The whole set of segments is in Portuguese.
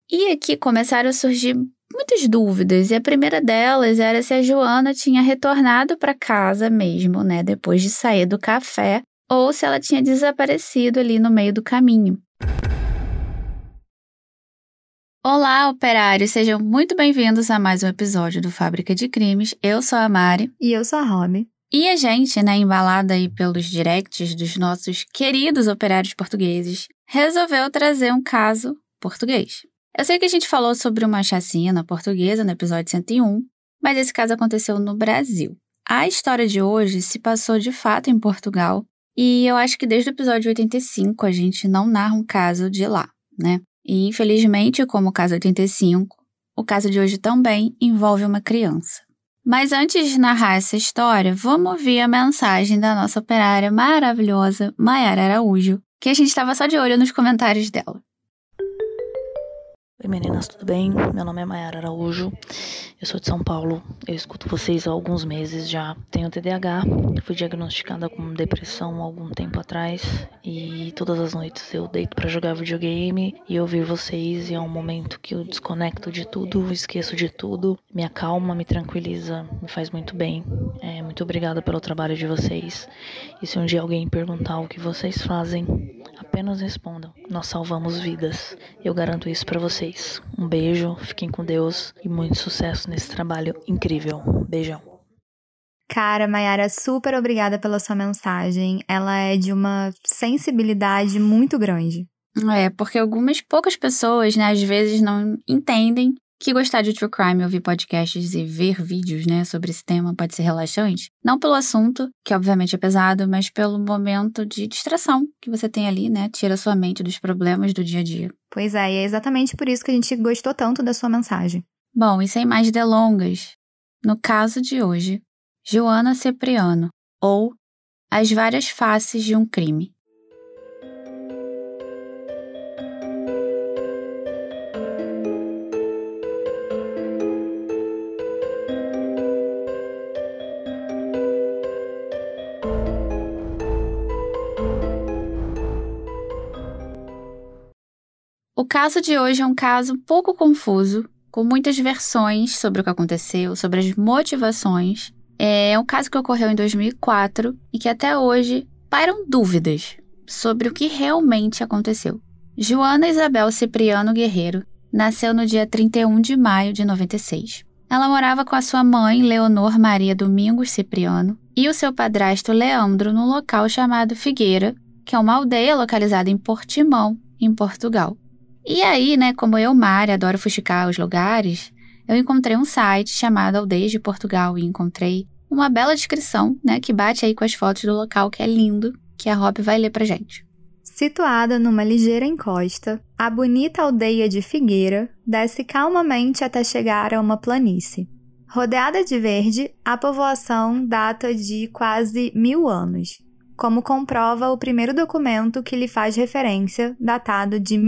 E aqui começaram a surgir muitas dúvidas, e a primeira delas era se a Joana tinha retornado para casa mesmo, né, depois de sair do café, ou se ela tinha desaparecido ali no meio do caminho. Olá, operários! Sejam muito bem-vindos a mais um episódio do Fábrica de Crimes. Eu sou a Mari. E eu sou a Romy. E a gente, né, embalada aí pelos directs dos nossos queridos operários portugueses, resolveu trazer um caso português. Eu sei que a gente falou sobre uma chacina portuguesa no episódio 101, mas esse caso aconteceu no Brasil. A história de hoje se passou de fato em Portugal, e eu acho que desde o episódio 85 a gente não narra um caso de lá, né? E infelizmente, como o caso 85, o caso de hoje também envolve uma criança. Mas antes de narrar essa história, vamos ouvir a mensagem da nossa operária maravilhosa, Mayara Araújo, que a gente estava só de olho nos comentários dela. Oi meninas, tudo bem? Meu nome é Mayara Araújo, eu sou de São Paulo, eu escuto vocês há alguns meses já. Tenho TDAH, fui diagnosticada com depressão há algum tempo atrás e todas as noites eu deito pra jogar videogame e ouvir vocês, e é um momento que eu desconecto de tudo, esqueço de tudo, me acalma, me tranquiliza, me faz muito bem. Muito obrigada pelo trabalho de vocês, e se um dia alguém perguntar o que vocês fazem, apenas respondam: nós salvamos vidas. Eu garanto isso pra vocês. Um beijo, fiquem com Deus e muito sucesso nesse trabalho incrível. Beijão. Cara, Mayara, super obrigada pela sua mensagem. Ela é de uma sensibilidade muito grande. Porque algumas poucas pessoas, né, às vezes não entendem que gostar de true crime, ouvir podcasts e ver vídeos, né, sobre esse tema pode ser relaxante. Não pelo assunto, que obviamente é pesado, mas pelo momento de distração que você tem ali, né, tira sua mente dos problemas do dia a dia. Pois é, e é exatamente por isso que a gente gostou tanto da sua mensagem. Bom, e sem mais delongas, no caso de hoje, Joana Cipriano, ou As Várias Faces de um Crime. O caso de hoje é um caso um pouco confuso, com muitas versões sobre o que aconteceu, sobre as motivações. É um caso que ocorreu em 2004 e que até hoje pairam dúvidas sobre o que realmente aconteceu. Joana Isabel Cipriano Guerreiro nasceu no dia 31 de maio de 96. Ela morava com a sua mãe, Leonor Maria Domingos Cipriano, e o seu padrasto Leandro num local chamado Figueira, que é uma aldeia localizada em Portimão, em Portugal. E aí, né, como eu, Mari, adoro fuxicar os lugares, eu encontrei um site chamado Aldeias de Portugal e encontrei uma bela descrição, né, que bate aí com as fotos do local, que é lindo, que a Rob vai ler pra gente. Situada numa ligeira encosta, a bonita aldeia de Figueira desce calmamente até chegar a uma planície. Rodeada de verde, a povoação data de quase 1000 anos. Como comprova o primeiro documento que lhe faz referência, datado de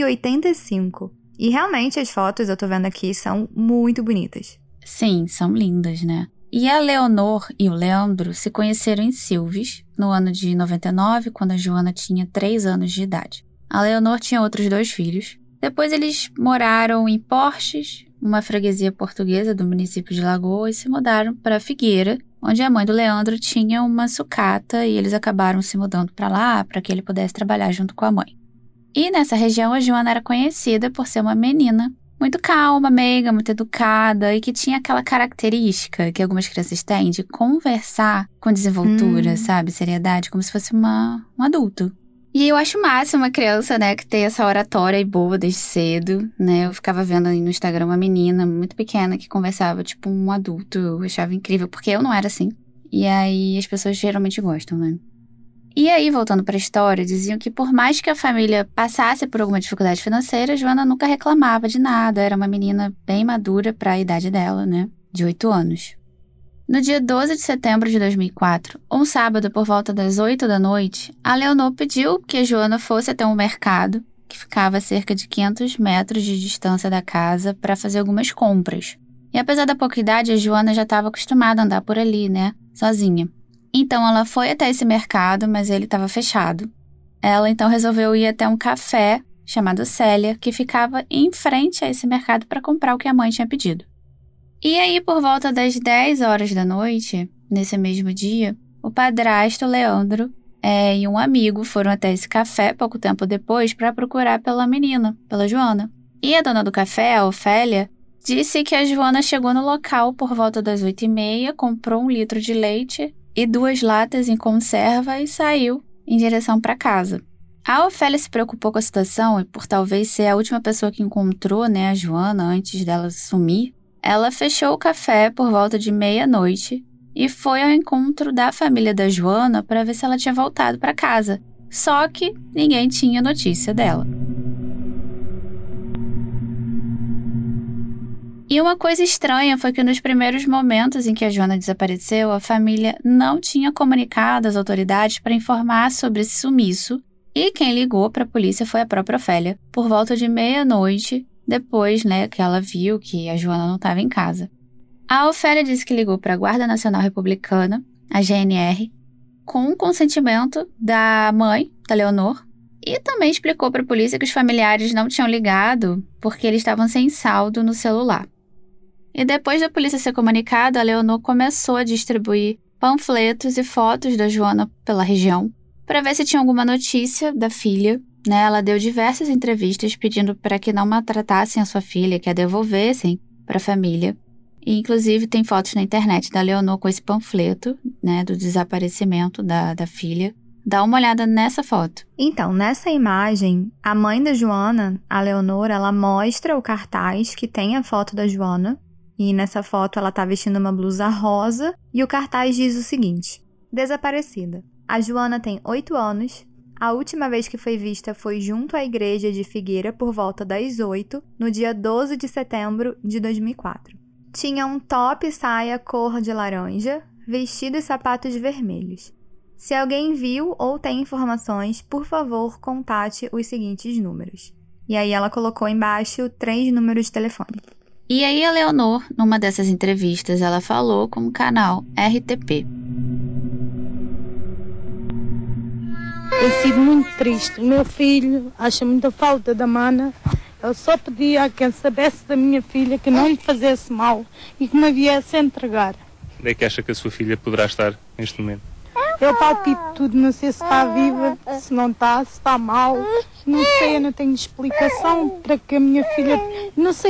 1085. E realmente as fotos, eu tô vendo aqui, são muito bonitas. Sim, são lindas, né? E a Leonor e o Leandro se conheceram em Silves, no ano de 99, quando a Joana tinha 3 anos de idade. A Leonor tinha outros 2 filhos. Depois eles moraram em Porches, uma freguesia portuguesa do município de Lagoas, e se mudaram para Figueira, onde a mãe do Leandro tinha uma sucata e eles acabaram se mudando para lá para que ele pudesse trabalhar junto com a mãe. E nessa região a Joana era conhecida por ser uma menina muito calma, meiga, muito educada e que tinha aquela característica que algumas crianças têm de conversar com desenvoltura, sabe? Seriedade, como se fosse um adulto. E eu acho massa uma criança, né, que tem essa oratória e boa desde cedo, né? Eu ficava vendo aí no Instagram uma menina muito pequena que conversava tipo um adulto. Eu achava incrível, porque eu não era assim. E aí as pessoas geralmente gostam, né? E aí, voltando para a história, diziam que por mais que a família passasse por alguma dificuldade financeira, Joana nunca reclamava de nada. Era uma menina bem madura para a idade dela, né? De 8 anos. No dia 12 de setembro de 2004, um sábado por volta das 8 da noite, a Leonor pediu que a Joana fosse até um mercado, que ficava a cerca de 500 metros de distância da casa, para fazer algumas compras. E apesar da pouca idade, a Joana já estava acostumada a andar por ali, né? Sozinha. Então, ela foi até esse mercado, mas ele estava fechado. Ela, então, resolveu ir até um café chamado Célia, que ficava em frente a esse mercado para comprar o que a mãe tinha pedido. E aí, por volta das 10 horas da noite, nesse mesmo dia, o padrasto Leandro e um amigo foram até esse café pouco tempo depois para procurar pela menina, pela Joana. E a dona do café, a Ofélia, disse que a Joana chegou no local por volta das 8h30, comprou 1 litro de leite e 2 latas em conserva e saiu em direção para casa. A Ofélia se preocupou com a situação e por talvez ser a última pessoa que encontrou, a Joana antes dela sumir, ela fechou o café por volta de meia-noite e foi ao encontro da família da Joana para ver se ela tinha voltado para casa. Só que ninguém tinha notícia dela. E uma coisa estranha foi que nos primeiros momentos em que a Joana desapareceu, a família não tinha comunicado às autoridades para informar sobre esse sumiço, e quem ligou para a polícia foi a própria Ofélia, por volta de meia-noite, depois, que ela viu que a Joana não estava em casa. A Ofélia disse que ligou para a Guarda Nacional Republicana, a GNR, com o consentimento da mãe, da Leonor, e também explicou para a polícia que os familiares não tinham ligado porque eles estavam sem saldo no celular. E depois da polícia ser comunicada, a Leonor começou a distribuir panfletos e fotos da Joana pela região para ver se tinha alguma notícia da filha. Ela deu diversas entrevistas pedindo para que não maltratassem a sua filha, que a devolvessem para a família. E, inclusive, tem fotos na internet da Leonor com esse panfleto, do desaparecimento da filha. Dá uma olhada nessa foto. Então, nessa imagem, a mãe da Joana, a Leonor, ela mostra o cartaz que tem a foto da Joana. E nessa foto ela tá vestindo uma blusa rosa e o cartaz diz o seguinte: desaparecida. A Joana tem 8 anos. A última vez que foi vista foi junto à igreja de Figueira por volta das 8, no dia 12 de setembro de 2004. Tinha um top e saia cor de laranja, vestido e sapatos vermelhos. Se alguém viu ou tem informações, por favor, contate os seguintes números. E aí ela colocou embaixo 3 números de telefone. E aí a Leonor, numa dessas entrevistas, ela falou com o canal RTP. Tem sido muito triste. O meu filho acha muita falta da mana. Eu só pedia a quem soubesse da minha filha que não lhe fizesse mal e que me viesse entregar. Onde é que acha que a sua filha poderá estar neste momento? Eu palpito tudo, não sei se está viva, se não está, se está mal. Não sei, eu não tenho explicação para que a minha filha... Não sei.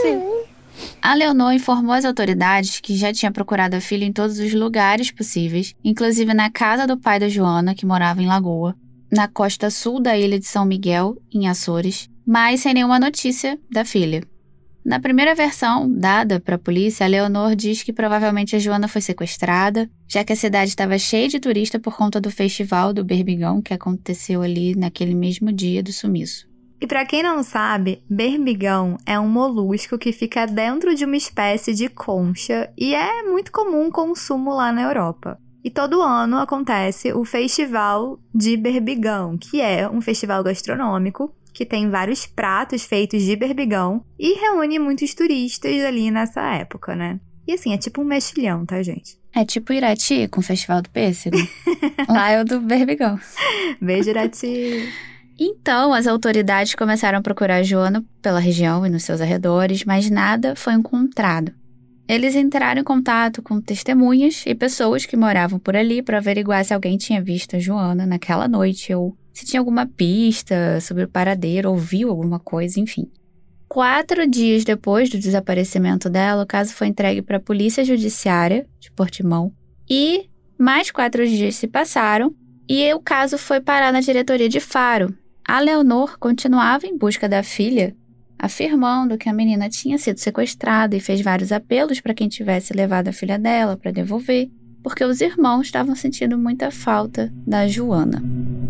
A Leonor informou às autoridades que já tinha procurado a filha em todos os lugares possíveis, inclusive na casa do pai da Joana, que morava em Lagoa, na costa sul da ilha de São Miguel, em Açores, mas sem nenhuma notícia da filha. Na primeira versão dada para a polícia, a Leonor diz que provavelmente a Joana foi sequestrada, já que a cidade estava cheia de turistas por conta do festival do Berbigão que aconteceu ali naquele mesmo dia do sumiço. E para quem não sabe, berbigão é um molusco que fica dentro de uma espécie de concha e é muito comum o consumo lá na Europa. E todo ano acontece o Festival de Berbigão, que é um festival gastronômico que tem vários pratos feitos de berbigão e reúne muitos turistas ali nessa época, né? E assim, é tipo um mexilhão, tá, gente? É tipo Irati com o Festival do Pêssego. Lá é o do berbigão. Beijo, Irati! Então, as autoridades começaram a procurar a Joana pela região e nos seus arredores, mas nada foi encontrado. Eles entraram em contato com testemunhas e pessoas que moravam por ali para averiguar se alguém tinha visto a Joana naquela noite ou se tinha alguma pista sobre o paradeiro ou viu alguma coisa, enfim. 4 dias depois do desaparecimento dela, o caso foi entregue para a Polícia Judiciária de Portimão e mais 4 dias se passaram e o caso foi parar na diretoria de Faro. A Leonor continuava em busca da filha, afirmando que a menina tinha sido sequestrada e fez vários apelos para quem tivesse levado a filha dela para devolver, porque os irmãos estavam sentindo muita falta da Joana.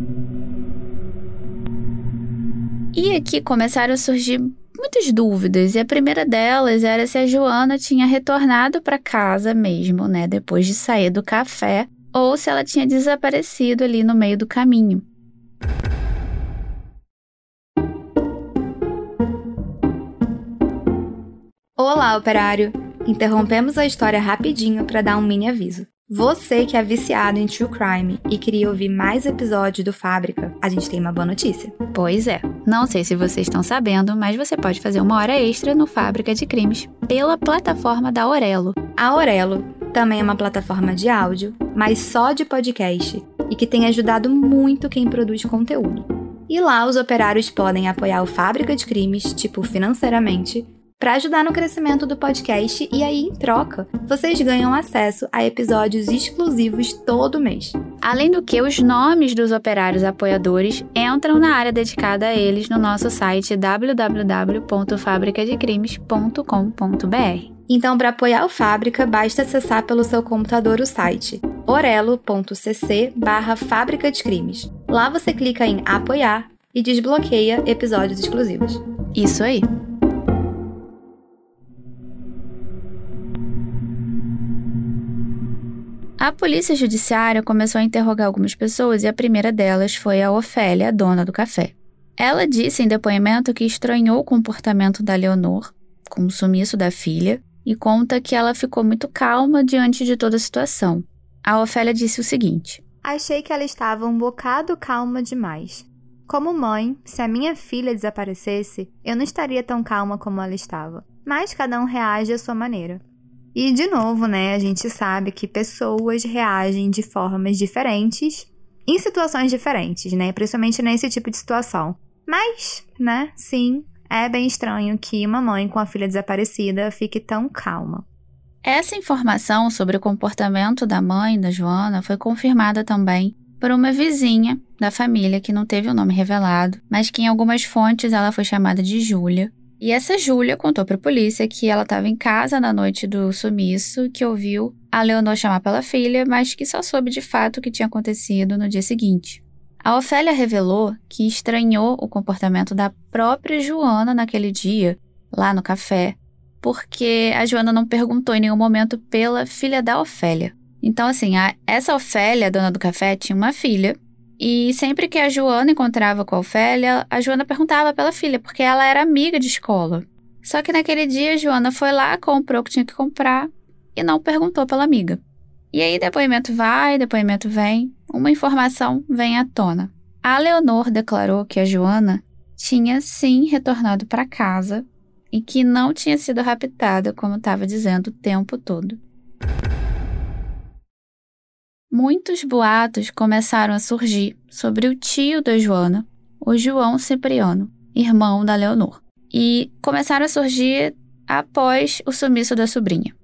E aqui começaram a surgir muitas dúvidas, e a primeira delas era se a Joana tinha retornado para casa mesmo, depois de sair do café, ou se ela tinha desaparecido ali no meio do caminho. Olá, operário! Interrompemos a história rapidinho para dar um mini aviso. Você que é viciado em True Crime e queria ouvir mais episódios do Fábrica, a gente tem uma boa notícia. Pois é, não sei se vocês estão sabendo, mas você pode fazer uma hora extra no Fábrica de Crimes pela plataforma da Aurelo. A Aurelo também é uma plataforma de áudio, mas só de podcast, e que tem ajudado muito quem produz conteúdo. E lá os operários podem apoiar o Fábrica de Crimes, tipo financeiramente, para ajudar no crescimento do podcast e aí, em troca, vocês ganham acesso a episódios exclusivos todo mês. Além do que, os nomes dos operários apoiadores entram na área dedicada a eles no nosso site www.fabricadecrimes.com.br. Então, para apoiar o Fábrica, basta acessar pelo seu computador o site orelo.cc/Fábrica de Crimes. Lá você clica em apoiar e desbloqueia episódios exclusivos. Isso aí! A polícia judiciária começou a interrogar algumas pessoas e a primeira delas foi a Ofélia, a dona do café. Ela disse em depoimento que estranhou o comportamento da Leonor com o sumiço da filha e conta que ela ficou muito calma diante de toda a situação. A Ofélia disse o seguinte: achei que ela estava um bocado calma demais. Como mãe, se a minha filha desaparecesse, eu não estaria tão calma como ela estava. Mas cada um reage à sua maneira. E, de novo, né, a gente sabe que pessoas reagem de formas diferentes em situações diferentes, né, principalmente nesse tipo de situação. Mas, né, sim, é bem estranho que uma mãe com a filha desaparecida fique tão calma. Essa informação sobre o comportamento da mãe da Joana foi confirmada também por uma vizinha da família que não teve o nome revelado, mas que em algumas fontes ela foi chamada de Júlia. E essa Júlia contou para a polícia que ela estava em casa na noite do sumiço, que ouviu a Leonor chamar pela filha, mas que só soube de fato o que tinha acontecido no dia seguinte. A Ofélia revelou que estranhou o comportamento da própria Joana naquele dia, lá no café, porque a Joana não perguntou em nenhum momento pela filha da Ofélia. Então, assim, essa Ofélia, dona do café, tinha uma filha, e sempre que a Joana encontrava com a Ofélia, a Joana perguntava pela filha, porque ela era amiga de escola. Só que naquele dia a Joana foi lá, comprou o que tinha que comprar e não perguntou pela amiga. E aí depoimento vai, depoimento vem, uma informação vem à tona. A Leonor declarou que a Joana tinha sim retornado para casa e que não tinha sido raptada, como estava dizendo o tempo todo. Muitos boatos começaram a surgir sobre o tio da Joana, o João Cipriano, irmão da Leonor. E começaram a surgir após o sumiço da sobrinha.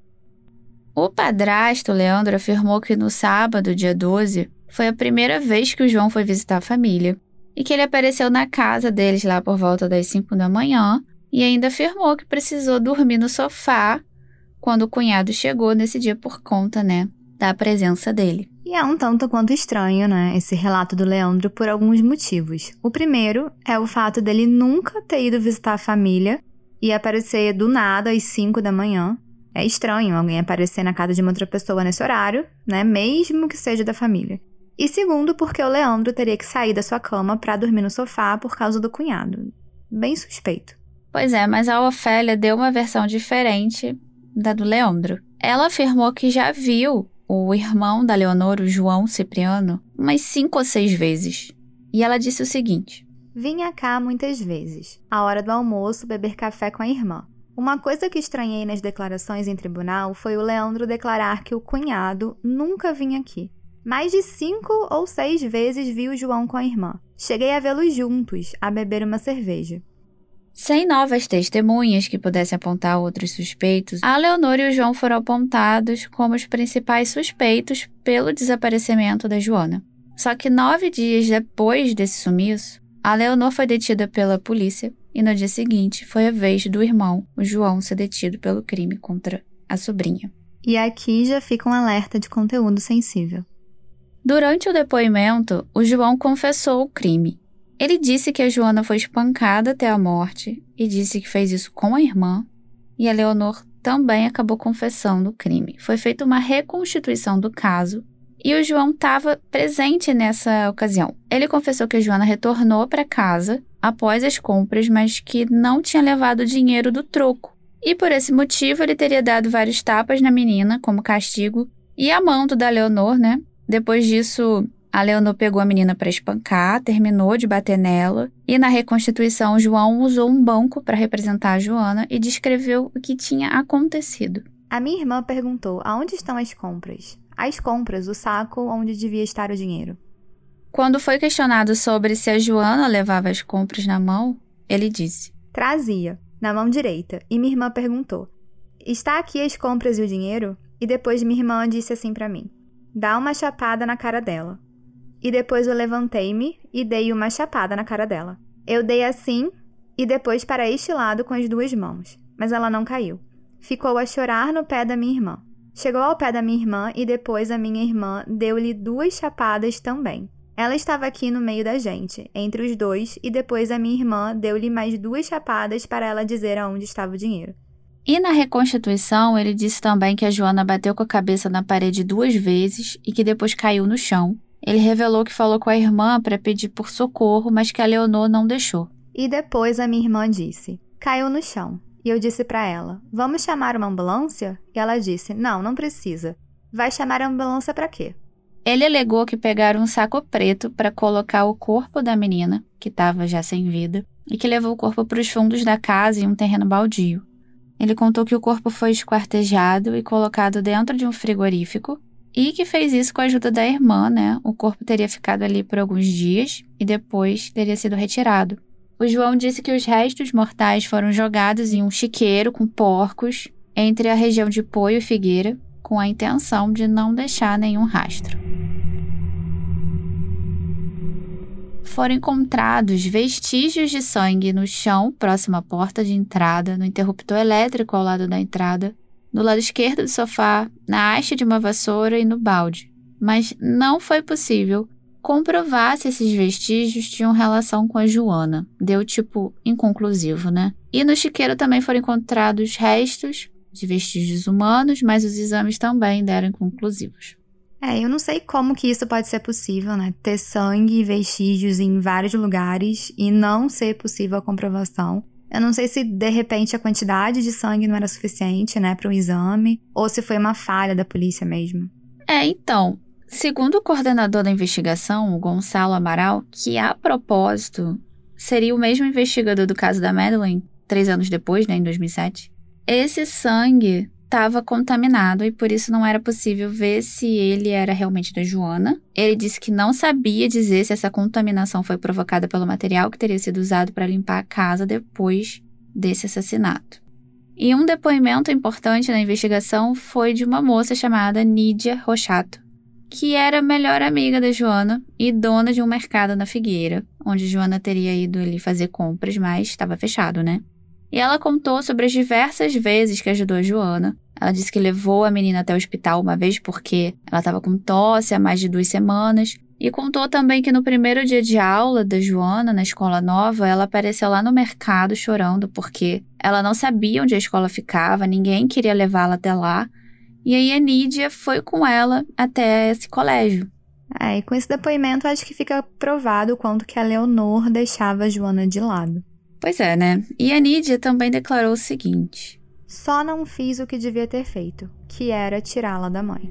O padrasto, Leandro, afirmou que no sábado, dia 12, foi a primeira vez que o João foi visitar a família e que ele apareceu na casa deles lá por volta das 5 da manhã e ainda afirmou que precisou dormir no sofá quando o cunhado chegou nesse dia por conta, da presença dele. E é um tanto quanto estranho, esse relato do Leandro por alguns motivos. O primeiro é o fato dele nunca ter ido visitar a família e aparecer do nada às 5 da manhã. É estranho alguém aparecer na casa de uma outra pessoa nesse horário, mesmo que seja da família. E segundo, porque o Leandro teria que sair da sua cama para dormir no sofá por causa do cunhado. Bem suspeito. Pois é, mas a Ofélia deu uma versão diferente da do Leandro. Ela afirmou que já viu o irmão da Leonor, o João Cipriano, umas 5 ou 6 vezes. E ela disse o seguinte: vinha cá muitas vezes, à hora do almoço, beber café com a irmã. Uma coisa que estranhei nas declarações em tribunal foi o Leandro declarar que o cunhado nunca vinha aqui. Mais de 5 ou 6 vezes vi o João com a irmã. Cheguei a vê-los juntos, a beber uma cerveja. Sem novas testemunhas que pudessem apontar outros suspeitos, a Leonor e o João foram apontados como os principais suspeitos pelo desaparecimento da Joana. Só que 9 dias depois desse sumiço, a Leonor foi detida pela polícia e no dia seguinte foi a vez do irmão, o João, ser detido pelo crime contra a sobrinha. E aqui já fica um alerta de conteúdo sensível. Durante o depoimento, o João confessou o crime. Ele disse que a Joana foi espancada até a morte e disse que fez isso com a irmã, e a Leonor também acabou confessando o crime. Foi feita uma reconstituição do caso e o João estava presente nessa ocasião. Ele confessou que a Joana retornou para casa após as compras, mas que não tinha levado o dinheiro do troco. E por esse motivo ele teria dado vários tapas na menina como castigo e a mão da Leonor, né? Depois disso, a Leonor pegou a menina para espancar, terminou de bater nela, e na reconstituição, o João usou um banco para representar a Joana e descreveu o que tinha acontecido. A minha irmã perguntou: aonde estão as compras? As compras, o saco onde devia estar o dinheiro. Quando foi questionado sobre se a Joana levava as compras na mão, ele disse: trazia, na mão direita. E minha irmã perguntou: está aqui as compras e o dinheiro? E depois minha irmã disse assim pra mim: dá uma chapada na cara dela. E depois eu levantei-me e dei uma chapada na cara dela. Eu dei assim e depois para este lado com as duas mãos, mas ela não caiu. Ficou a chorar no pé da minha irmã. Chegou ao pé da minha irmã e depois a minha irmã deu-lhe 2 chapadas também. Ela estava aqui no meio da gente, entre os dois, e depois a minha irmã deu-lhe mais 2 chapadas para ela dizer aonde estava o dinheiro. E na reconstituição, ele disse também que a Joana bateu com a cabeça na parede 2 vezes e que depois caiu no chão. Ele revelou que falou com a irmã para pedir por socorro, mas que a Leonor não deixou. E depois a minha irmã disse: caiu no chão. E eu disse para ela: vamos chamar uma ambulância? E ela disse: não precisa. Vai chamar a ambulância para quê? Ele alegou que pegaram um saco preto para colocar o corpo da menina, que estava já sem vida, e que levou o corpo para os fundos da casa em um terreno baldio. Ele contou que o corpo foi esquartejado e colocado dentro de um frigorífico e que fez isso com a ajuda da irmã, né? O corpo teria ficado ali por alguns dias e depois teria sido retirado. O João disse que os restos mortais foram jogados em um chiqueiro com porcos entre a região de Poio e Figueira, com a intenção de não deixar nenhum rastro. Foram encontrados vestígios de sangue no chão, próximo à porta de entrada, no interruptor elétrico ao lado da entrada, no lado esquerdo do sofá, na haste de uma vassoura e no balde. Mas não foi possível comprovar se esses vestígios tinham relação com a Joana. Deu inconclusivo, né? E no chiqueiro também foram encontrados restos de vestígios humanos, mas os exames também deram inconclusivos. Eu não sei como que isso pode ser possível, né? Ter sangue e vestígios em vários lugares e não ser possível a comprovação. Eu não sei se, de repente, a quantidade de sangue não era suficiente, né, para o exame, ou se foi uma falha da polícia mesmo. Então, segundo o coordenador da investigação, o Gonçalo Amaral, que, a propósito, seria o mesmo investigador do caso da Madeleine, 3 anos depois, né, em 2007, esse sangue estava contaminado e por isso não era possível ver se ele era realmente da Joana. Ele disse que não sabia dizer se essa contaminação foi provocada pelo material que teria sido usado para limpar a casa depois desse assassinato. E um depoimento importante na investigação foi de uma moça chamada Nídia Rochato, que era a melhor amiga da Joana e dona de um mercado na Figueira, onde Joana teria ido ali fazer compras, mas estava fechado, né? E ela contou sobre as diversas vezes que ajudou a Joana. Ela disse que levou a menina até o hospital uma vez porque ela estava com tosse há mais de 2 semanas. E contou também que no primeiro dia de aula da Joana, na escola nova, ela apareceu lá no mercado chorando porque ela não sabia onde a escola ficava, ninguém queria levá-la até lá. E aí a Nídia foi com ela até esse colégio. E com esse depoimento acho que fica provado o quanto que a Leonor deixava a Joana de lado. Pois é, né? E a Nídia também declarou o seguinte: só não fiz o que devia ter feito, que era tirá-la da mãe.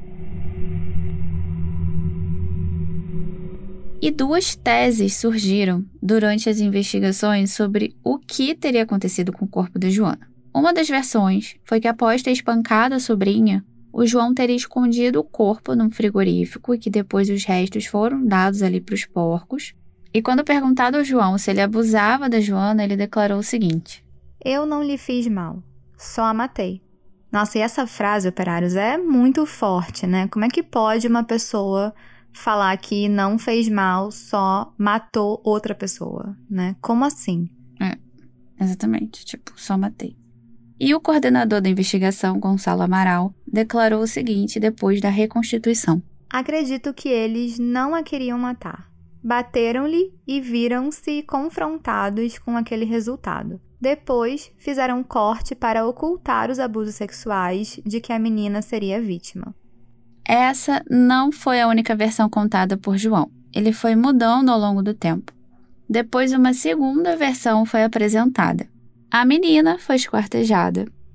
E 2 teses surgiram durante as investigações sobre o que teria acontecido com o corpo da Joana. Uma das versões foi que após ter espancado a sobrinha, o João teria escondido o corpo num frigorífico e que depois os restos foram dados ali para os porcos. E quando perguntado ao João se ele abusava da Joana, ele declarou o seguinte: eu não lhe fiz mal, só a matei. Nossa, e essa frase, operários, é muito forte, né? Como é que pode uma pessoa falar que não fez mal, só matou outra pessoa, né? Como assim? Exatamente, só matei. E o coordenador da investigação, Gonçalo Amaral, declarou o seguinte depois da reconstituição: acredito que eles não a queriam matar. Bateram-lhe e viram-se confrontados com aquele resultado. Depois, fizeram um corte para ocultar os abusos sexuais de que a menina seria vítima. Essa não foi a única versão contada por João. Ele foi mudando ao longo do tempo. Depois, uma segunda versão foi apresentada. A menina foi esquartejada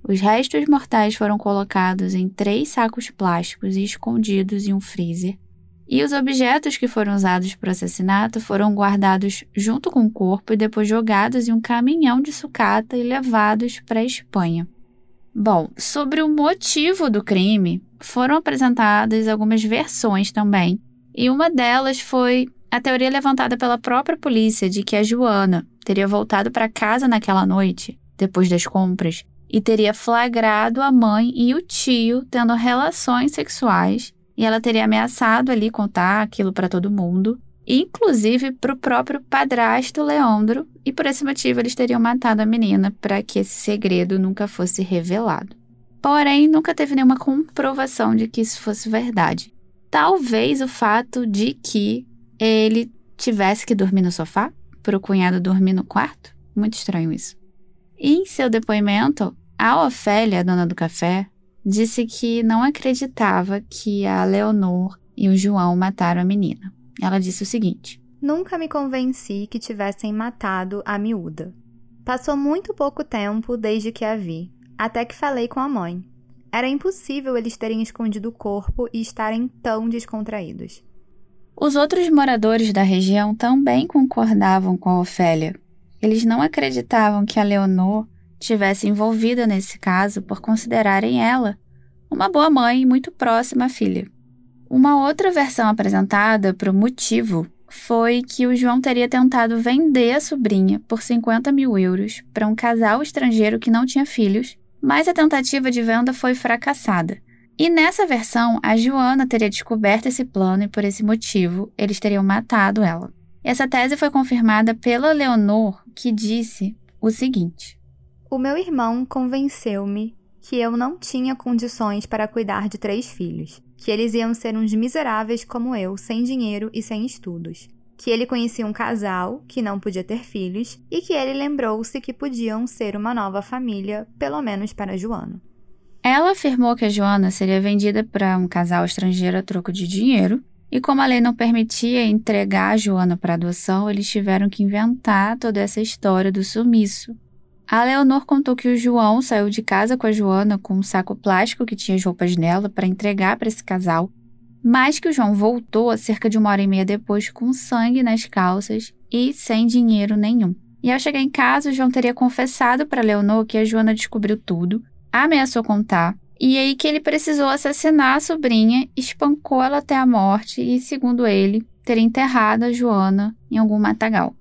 Os restos mortais foram colocados em 3 sacos plásticos e escondidos em um freezer. E os objetos que foram usados para o assassinato foram guardados junto com o corpo e depois jogados em um caminhão de sucata e levados para a Espanha. Bom, sobre o motivo do crime, foram apresentadas algumas versões também. E uma delas foi a teoria levantada pela própria polícia de que a Joana teria voltado para casa naquela noite, depois das compras, e teria flagrado a mãe e o tio tendo relações sexuais, e ela teria ameaçado ali contar aquilo para todo mundo, inclusive para o próprio padrasto Leandro, e por esse motivo eles teriam matado a menina para que esse segredo nunca fosse revelado. Porém, nunca teve nenhuma comprovação de que isso fosse verdade. Talvez o fato de que ele tivesse que dormir no sofá, para o cunhado dormir no quarto. Muito estranho isso. E em seu depoimento, a Ofélia, a dona do café, disse que não acreditava que a Leonor e o João mataram a menina. Ela disse o seguinte: Nunca me convenci que tivessem matado a miúda. Passou muito pouco tempo desde que a vi, até que falei com a mãe. Era impossível eles terem escondido o corpo e estarem tão descontraídos. Os outros moradores da região também concordavam com a Ofélia. Eles não acreditavam que a Leonor estivesse envolvida nesse caso por considerarem ela uma boa mãe e muito próxima à filha. Uma outra versão apresentada para o motivo foi que o João teria tentado vender a sobrinha por 50 mil euros para um casal estrangeiro que não tinha filhos, mas a tentativa de venda foi fracassada. E nessa versão, a Joana teria descoberto esse plano e, por esse motivo, eles teriam matado ela. Essa tese foi confirmada pela Leonor, que disse o seguinte: O meu irmão convenceu-me que eu não tinha condições para cuidar de 3 filhos, que eles iam ser uns miseráveis como eu, sem dinheiro e sem estudos, que ele conhecia um casal que não podia ter filhos e que ele lembrou-se que podiam ser uma nova família, pelo menos para Joana. Ela afirmou que a Joana seria vendida para um casal estrangeiro a troco de dinheiro, e como a lei não permitia entregar a Joana para adoção, eles tiveram que inventar toda essa história do sumiço. A Leonor contou que o João saiu de casa com a Joana com um saco plástico que tinha as roupas nela para entregar para esse casal, mas que o João voltou cerca de 1h30 depois com sangue nas calças e sem dinheiro nenhum. E ao chegar em casa, o João teria confessado para Leonor que a Joana descobriu tudo, ameaçou contar, e aí que ele precisou assassinar a sobrinha, espancou ela até a morte e, segundo ele, teria enterrado a Joana em algum matagal.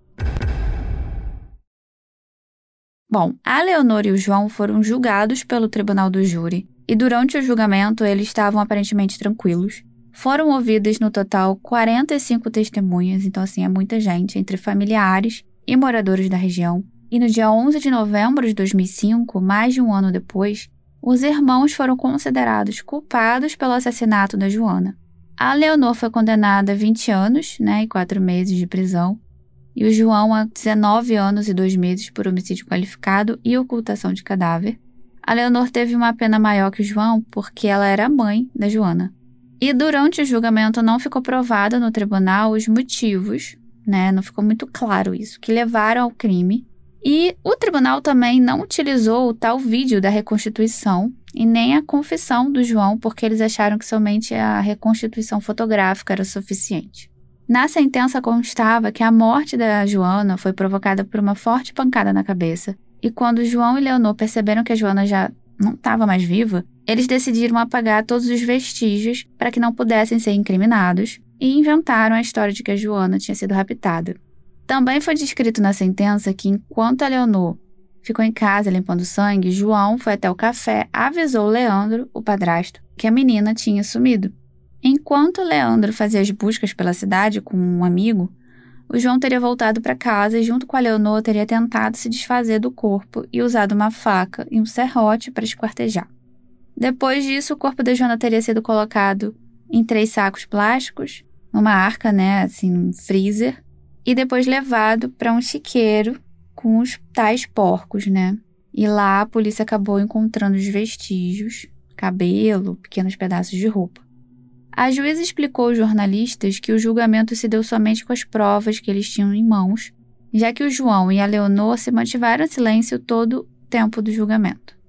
Bom, a Leonor e o João foram julgados pelo tribunal do júri, e durante o julgamento eles estavam aparentemente tranquilos. Foram ouvidas no total 45 testemunhas, então assim, é muita gente, entre familiares e moradores da região. E no dia 11 de novembro de 2005, mais de um ano depois, os irmãos foram considerados culpados pelo assassinato da Joana. A Leonor foi condenada a 20 anos, e 4 meses de prisão, e o João a 19 anos e 2 meses por homicídio qualificado e ocultação de cadáver. A Leonor teve uma pena maior que o João porque ela era a mãe da Joana. E durante o julgamento não ficou provado no tribunal os motivos, não ficou muito claro isso, que levaram ao crime. E o tribunal também não utilizou o tal vídeo da reconstituição e nem a confissão do João, porque eles acharam que somente a reconstituição fotográfica era suficiente. Na sentença constava que a morte da Joana foi provocada por uma forte pancada na cabeça, e quando João e Leonor perceberam que a Joana já não estava mais viva, eles decidiram apagar todos os vestígios para que não pudessem ser incriminados e inventaram a história de que a Joana tinha sido raptada. Também foi descrito na sentença que enquanto a Leonor ficou em casa limpando sangue, João foi até o café, avisou Leandro, o padrasto, que a menina tinha sumido. Enquanto Leandro fazia as buscas pela cidade com um amigo, o João teria voltado para casa e junto com a Leonor teria tentado se desfazer do corpo e usado uma faca e um serrote para esquartejar. Depois disso, o corpo da Joana teria sido colocado em 3 sacos plásticos, numa arca, num freezer, e depois levado para um chiqueiro com os tais porcos, E lá a polícia acabou encontrando os vestígios, cabelo, pequenos pedaços de roupa. A juíza explicou aos jornalistas que o julgamento se deu somente com as provas que eles tinham em mãos, já que o João e a Leonor se mantiveram em silêncio todo o tempo do julgamento.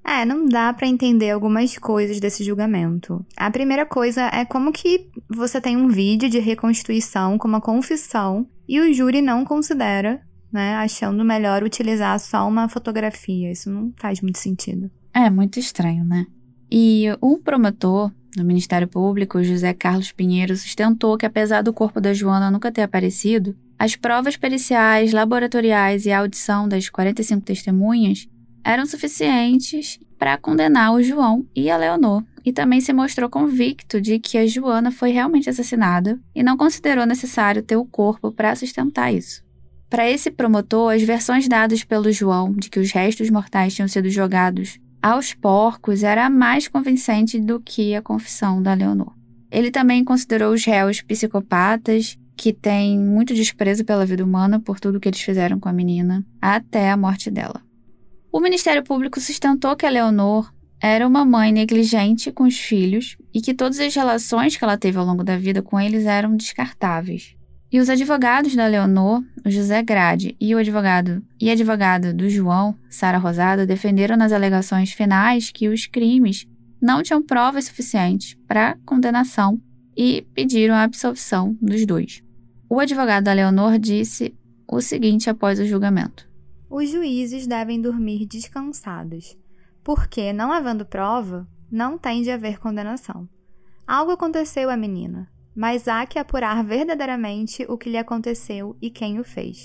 Não dá pra entender algumas coisas desse julgamento. A primeira coisa é como que você tem um vídeo de reconstituição com uma confissão e o júri não considera, né, achando melhor utilizar só uma fotografia. Isso não faz muito sentido. É muito estranho, né? E um promotor do Ministério Público, José Carlos Pinheiro, sustentou que apesar do corpo da Joana nunca ter aparecido, as provas periciais, laboratoriais e a audição das 45 testemunhas eram suficientes para condenar o João e a Leonor, e também se mostrou convicto de que a Joana foi realmente assassinada e não considerou necessário ter o corpo para sustentar isso. Para esse promotor, as versões dadas pelo João de que os restos mortais tinham sido jogados aos porcos era mais convincente do que a confissão da Leonor. Ele também considerou os réus psicopatas, que têm muito desprezo pela vida humana por tudo que eles fizeram com a menina, até a morte dela. O Ministério Público sustentou que a Leonor era uma mãe negligente com os filhos e que todas as relações que ela teve ao longo da vida com eles eram descartáveis. E os advogados da Leonor, o José Grade e a advogada do João, Sara Rosado, defenderam nas alegações finais que os crimes não tinham provas suficientes para condenação e pediram a absolvição dos dois. O advogado da Leonor disse o seguinte após o julgamento: os juízes devem dormir descansados, porque, não havendo prova, não tem de haver condenação. Algo aconteceu à menina, mas há que apurar verdadeiramente o que lhe aconteceu e quem o fez.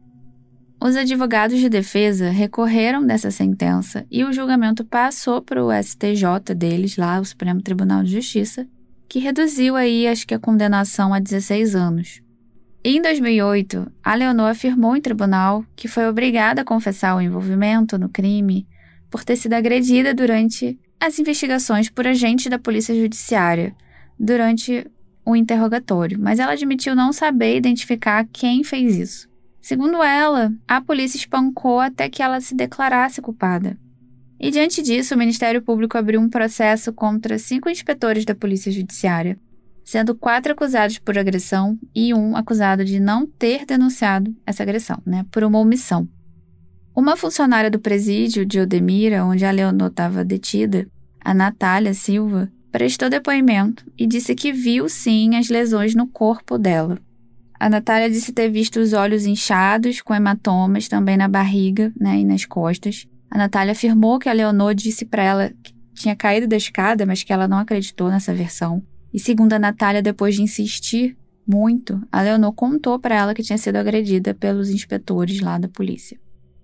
Os advogados de defesa recorreram dessa sentença e o julgamento passou para o STJ deles, lá, o Supremo Tribunal de Justiça, que reduziu aí, acho que a condenação a 16 anos. Em 2008, a Leonor afirmou em tribunal que foi obrigada a confessar o envolvimento no crime por ter sido agredida durante as investigações por agentes da Polícia Judiciária, durante o interrogatório, mas ela admitiu não saber identificar quem fez isso. Segundo ela, a polícia espancou até que ela se declarasse culpada. E diante disso, o Ministério Público abriu um processo contra 5 inspetores da Polícia Judiciária, sendo 4 acusados por agressão e 1 acusado de não ter denunciado essa agressão, por uma omissão. Uma funcionária do presídio de Odemira, onde a Leonor estava detida, a Natália Silva, prestou depoimento e disse que viu sim as lesões no corpo dela. A Natália disse ter visto os olhos inchados com hematomas também na barriga, e nas costas. A Natália afirmou que a Leonor disse para ela que tinha caído da escada, mas que ela não acreditou nessa versão. E segundo a Natália, depois de insistir muito, a Leonor contou para ela que tinha sido agredida pelos inspetores lá da polícia.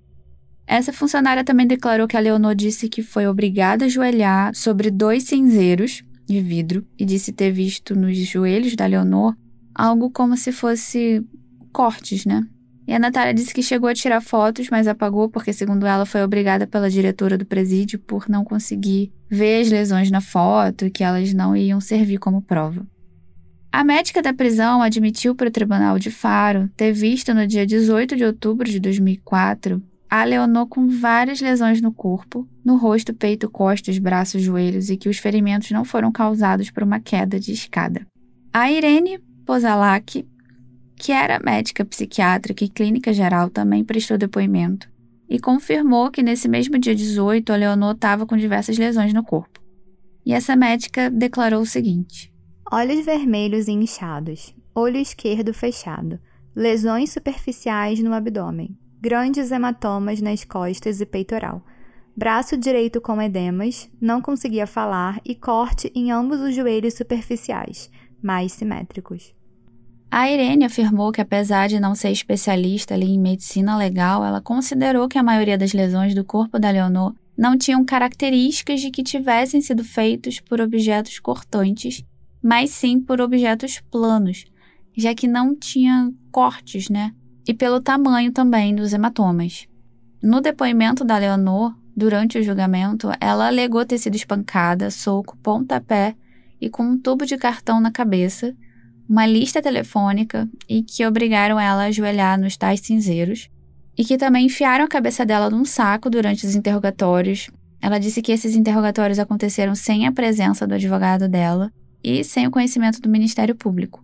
Essa funcionária também declarou que a Leonor disse que foi obrigada a ajoelhar sobre 2 cinzeiros de vidro e disse ter visto nos joelhos da Leonor algo como se fosse cortes, E a Natália disse que chegou a tirar fotos, mas apagou porque, segundo ela, foi obrigada pela diretora do presídio por não conseguir ver as lesões na foto e que elas não iam servir como prova. A médica da prisão admitiu para o Tribunal de Faro ter visto no dia 18 de outubro de 2004 a Leonor com várias lesões no corpo, no rosto, peito, costas, braços, joelhos e que os ferimentos não foram causados por uma queda de escada. A Irene Pozalak, que era médica psiquiátrica e clínica geral, também prestou depoimento e confirmou que nesse mesmo dia 18 a Leonor estava com diversas lesões no corpo. E essa médica declarou o seguinte: olhos vermelhos e inchados, olho esquerdo fechado, lesões superficiais no abdômen, grandes hematomas nas costas e peitoral, braço direito com edemas, não conseguia falar e corte em ambos os joelhos superficiais, mais simétricos. A Irene afirmou que, apesar de não ser especialista ali em medicina legal, ela considerou que a maioria das lesões do corpo da Leonor não tinham características de que tivessem sido feitos por objetos cortantes, mas sim por objetos planos, já que não tinha cortes, E pelo tamanho também dos hematomas. No depoimento da Leonor, durante o julgamento, ela alegou ter sido espancada, soco, pontapé e com um tubo de cartão na cabeça, uma lista telefônica e que obrigaram ela a ajoelhar nos tais cinzeiros e que também enfiaram a cabeça dela num saco durante os interrogatórios. Ela disse que esses interrogatórios aconteceram sem a presença do advogado dela e sem o conhecimento do Ministério Público.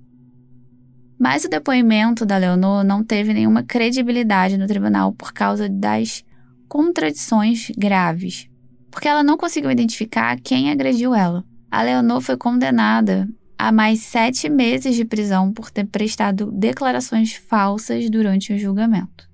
Mas o depoimento da Leonor não teve nenhuma credibilidade no tribunal por causa das contradições graves. porque ela não conseguiu identificar quem agrediu ela. A Leonor foi condenada a mais 7 meses de prisão por ter prestado declarações falsas durante o julgamento.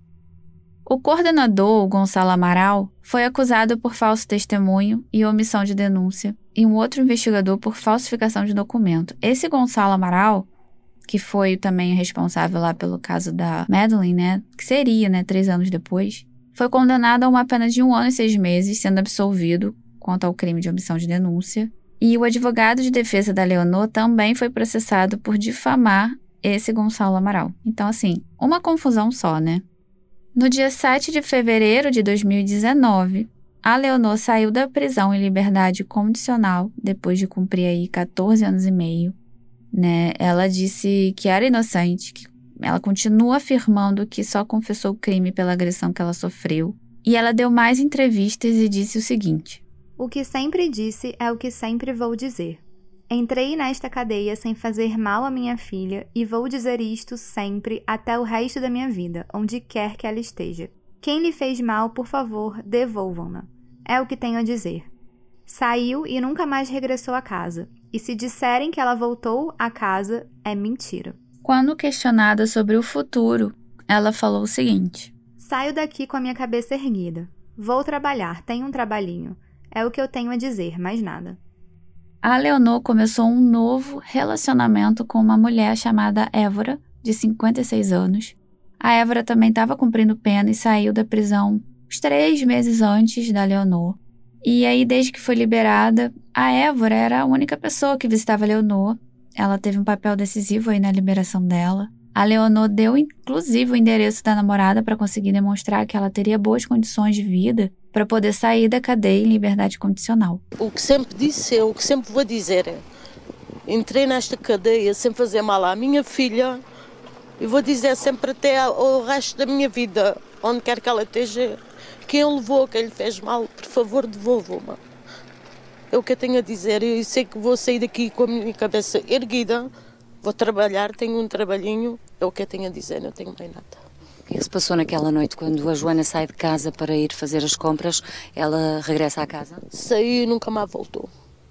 O coordenador, Gonçalo Amaral, foi acusado por falso testemunho e omissão de denúncia, e um outro investigador por falsificação de documento. Esse Gonçalo Amaral, que foi também responsável lá pelo caso da Madeleine, né, que seria, 3 anos depois, foi condenado a uma pena de 1 ano e 6 meses, sendo absolvido quanto ao crime de omissão de denúncia. E o advogado de defesa da Leonor também foi processado por difamar esse Gonçalo Amaral. Então, assim, uma confusão só, né? No dia 7 de fevereiro de 2019, a Leonor saiu da prisão em liberdade condicional, depois de cumprir aí 14 anos e meio, né? Ela disse que era inocente, que ela continua afirmando que só confessou o crime pela agressão que ela sofreu. E ela deu mais entrevistas e disse o seguinte: "O que sempre disse é o que sempre vou dizer. Entrei nesta cadeia sem fazer mal à minha filha e vou dizer isto sempre até o resto da minha vida, onde quer que ela esteja. Quem lhe fez mal, por favor, devolvam-na. É o que tenho a dizer. Saiu e nunca mais regressou à casa. E se disserem que ela voltou à casa, é mentira." Quando questionada sobre o futuro, ela falou o seguinte: "Saio daqui com a minha cabeça erguida. Vou trabalhar, tenho um trabalhinho. É o que eu tenho a dizer, mais nada." A Leonor começou um novo relacionamento com uma mulher chamada Évora, de 56 anos. A Évora também estava cumprindo pena e saiu da prisão uns 3 meses antes da Leonor. E aí, desde que foi liberada, a Évora era a única pessoa que visitava a Leonor. Ela teve um papel decisivo aí na liberação dela. A Leonor deu, inclusive, o endereço da namorada para conseguir demonstrar que ela teria boas condições de vida para poder sair da cadeia em liberdade condicional. O que sempre disse, o que sempre vou dizer é: entrei nesta cadeia sem fazer mal à minha filha e vou dizer sempre até o resto da minha vida, onde quer que ela esteja, quem levou, quem lhe fez mal, por favor, devolvam-me. É o que eu tenho a dizer. Eu sei que vou sair daqui com a minha cabeça erguida, vou trabalhar, tenho um trabalhinho, é o que eu tenho a dizer, não tenho mais nada. O que se passou naquela noite, quando a Joana sai de casa para ir fazer as compras, ela regressa à casa? Saiu e nunca mais voltou.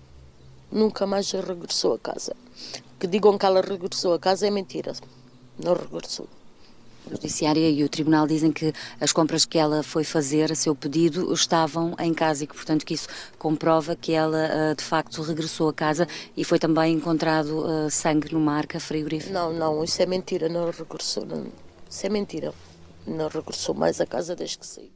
Nunca mais regressou a casa. Que digam que ela regressou a casa é mentira. Não regressou. A Judiciária e o Tribunal dizem que as compras que ela foi fazer, a seu pedido, estavam em casa e que, portanto, que isso comprova que ela, de facto, regressou a casa e foi também encontrado sangue numa arca frigorífica. Não, isso é mentira, não regressou. Não. Isso é mentira. Não regressou mais a casa desde que saiu.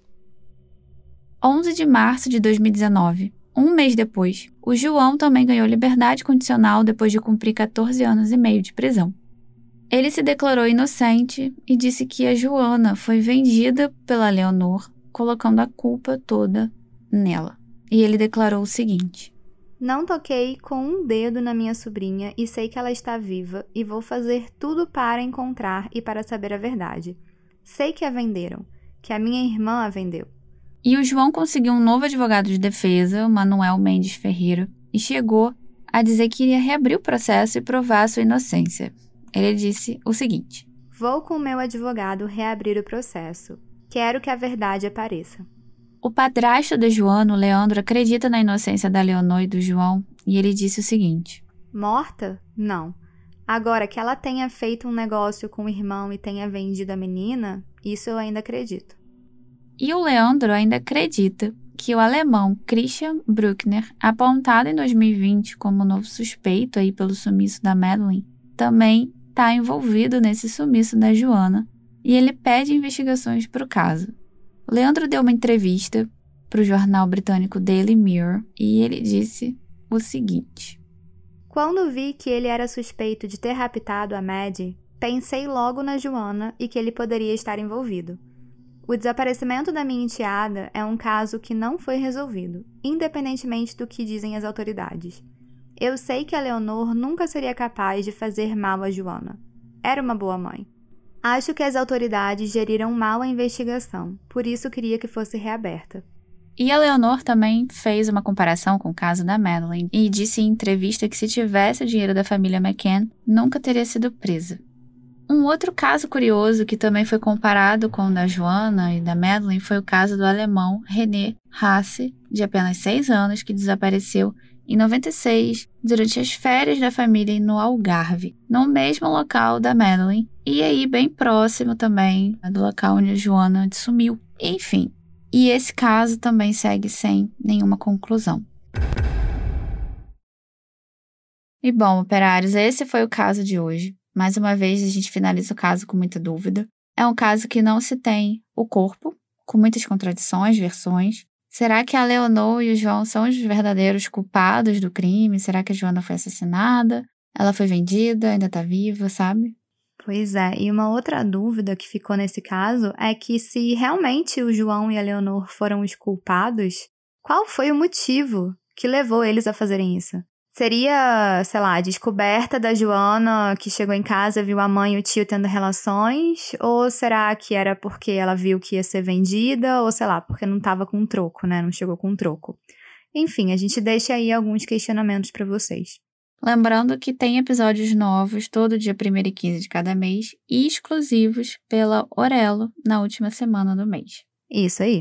11 de março de 2019, um mês depois, o João também ganhou liberdade condicional depois de cumprir 14 anos e meio de prisão. Ele se declarou inocente e disse que a Joana foi vendida pela Leonor, colocando a culpa toda nela. E ele declarou o seguinte: "Não toquei com um dedo na minha sobrinha e sei que ela está viva e vou fazer tudo para encontrar e para saber a verdade. Sei que a venderam, que a minha irmã a vendeu." E o João conseguiu um novo advogado de defesa, o Manuel Mendes Ferreira, e chegou a dizer que iria reabrir o processo e provar sua inocência. Ele disse o seguinte: "Vou com o meu advogado reabrir o processo. Quero que a verdade apareça." O padrasto da Joana, o Leandro, acredita na inocência da Leonor e do João, e ele disse o seguinte: "Morta? Não. Agora, que ela tenha feito um negócio com o irmão e tenha vendido a menina, isso eu ainda acredito." E o Leandro ainda acredita que o alemão Christian Bruckner, apontado em 2020 como novo suspeito aí pelo sumiço da Madeleine, também está envolvido nesse sumiço da Joana, e ele pede investigações para o caso. O Leandro deu uma entrevista para o jornal britânico Daily Mirror e ele disse o seguinte: "Quando vi que ele era suspeito de ter raptado a Maddie, pensei logo na Joana e que ele poderia estar envolvido. O desaparecimento da minha enteada é um caso que não foi resolvido, independentemente do que dizem as autoridades. Eu sei que a Leonor nunca seria capaz de fazer mal a Joana. Era uma boa mãe. Acho que as autoridades geriram mal a investigação, por isso queria que fosse reaberta." E a Leonor também fez uma comparação com o caso da Madeleine e disse em entrevista que se tivesse o dinheiro da família McCann, nunca teria sido presa. Um outro caso curioso que também foi comparado com o da Joana e da Madeleine foi o caso do alemão René Hasse, de apenas 6 anos, que desapareceu em 96 durante as férias da família no Algarve, no mesmo local da Madeleine, e aí bem próximo também do local onde a Joana sumiu. Enfim, e esse caso também segue sem nenhuma conclusão. E bom, operários, esse foi o caso de hoje. Mais uma vez, a gente finaliza o caso com muita dúvida. É um caso que não se tem o corpo, com muitas contradições, versões. Será que a Leonor e o João são os verdadeiros culpados do crime? Será que a Joana foi assassinada? Ela foi vendida? Ainda tá viva, sabe? Pois é, e uma outra dúvida que ficou nesse caso é que se realmente o João e a Leonor foram os culpados, qual foi o motivo que levou eles a fazerem isso? Seria, sei lá, a descoberta da Joana que chegou em casa, viu a mãe e o tio tendo relações? Ou será que era porque ela viu que ia ser vendida? Ou sei lá, porque não tava com troco, né? Não chegou com troco. Enfim, a gente deixa aí alguns questionamentos pra vocês. Lembrando que tem episódios novos todo dia 1º e 15 de cada mês e exclusivos pela Orelo na última semana do mês. Isso aí.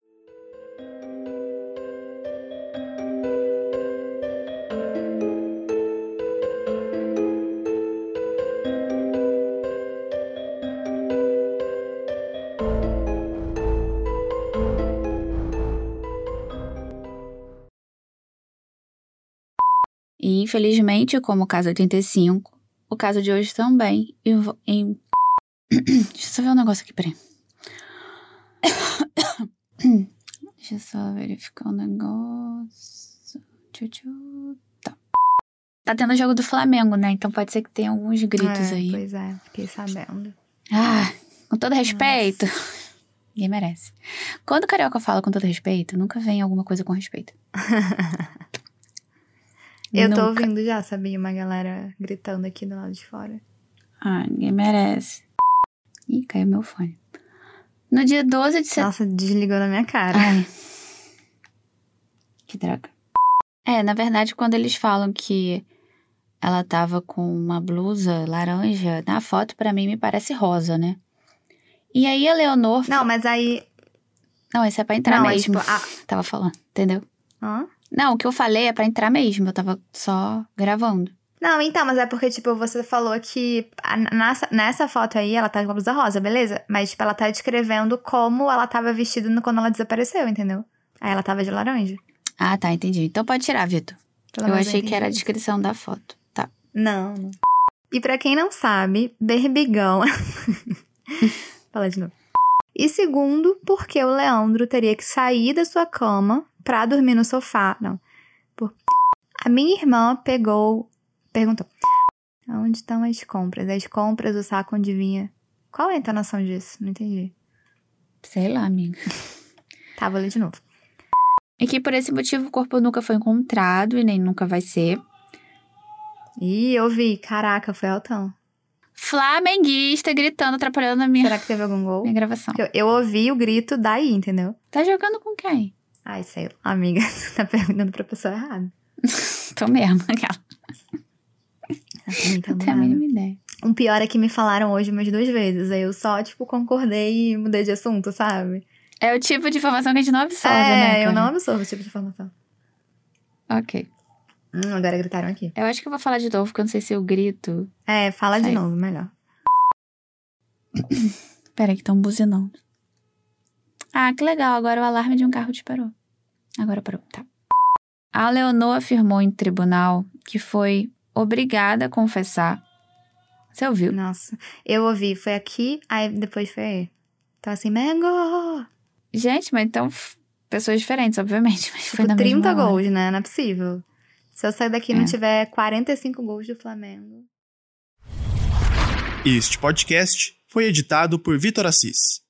E, infelizmente, como o caso 85, o caso de hoje também Deixa eu só ver um negócio aqui, peraí. Deixa eu só verificar um negócio. Tá tendo o jogo do Flamengo, né? Então pode ser que tenha alguns gritos aí. Pois é, fiquei sabendo. Com todo respeito. Ninguém merece. Quando o carioca fala com todo respeito, nunca vem alguma coisa com respeito. Eu tô ouvindo já, sabia? Uma galera gritando aqui do lado de fora. Ninguém merece. Ih, caiu meu fone. No dia 12 de setembro... Nossa, desligou na minha cara. Ai. Que droga. Na verdade, quando eles falam que ela tava com uma blusa laranja, na foto pra mim me parece rosa, né? E aí a Leonor... Não, mas aí... Não, isso é pra entrar mesmo. Tipo, Tava falando, entendeu? Hã? Não, o que eu falei é pra entrar mesmo. Eu tava só gravando. Não, então, mas é porque, tipo, você falou que nessa foto aí ela tá com a blusa rosa, beleza? Mas, tipo, ela tá descrevendo como ela tava vestida quando ela desapareceu, entendeu? Aí ela tava de laranja. Ah, tá, entendi. Então pode tirar, Vitor. Eu achei que era a descrição da foto. Tá. Não. E pra quem não sabe, berbigão... Fala de novo. E segundo, porque o Leandro teria que sair da sua cama pra dormir no sofá. Não. A minha irmã perguntou: onde estão as compras? As compras, o saco onde vinha. Qual é a entonação disso? Não entendi. Sei lá, amiga. Tá, vou ler de novo. E que por esse motivo o corpo nunca foi encontrado e nem nunca vai ser. Ih, eu vi. Caraca, foi altão. Flamenguista gritando, atrapalhando a minha... Será que teve algum gol? Minha gravação. Eu ouvi o grito daí, entendeu? Tá jogando com quem? Ai, sei lá. Amiga, você tá perguntando pra pessoa errada. Tô mesmo, aquela. Assim, não tenho a mínima ideia. Um pior é que me falaram hoje umas 2 vezes. Aí eu só, tipo, concordei e mudei de assunto, sabe? É o tipo de informação que a gente não absorve, né, cara? Eu não absorvo esse tipo de informação. Ok. Agora gritaram aqui. Eu acho que eu vou falar de novo, porque eu não sei se eu grito. Fala de novo, melhor. Peraí, que estão buzinando. Que legal. Agora o alarme de um carro disparou. Agora parou, tá. A Leonor afirmou em tribunal que foi obrigada a confessar. Você ouviu? Nossa, eu ouvi. Foi aqui, aí depois foi aí. Então assim, Mengo! Gente, mas então... Pessoas diferentes, obviamente. Mas tipo, foi na 30 mesma gols, hora. né? Não é possível. Se eu sair daqui e não tiver 45 gols do Flamengo. Este podcast foi editado por Vitor Assis.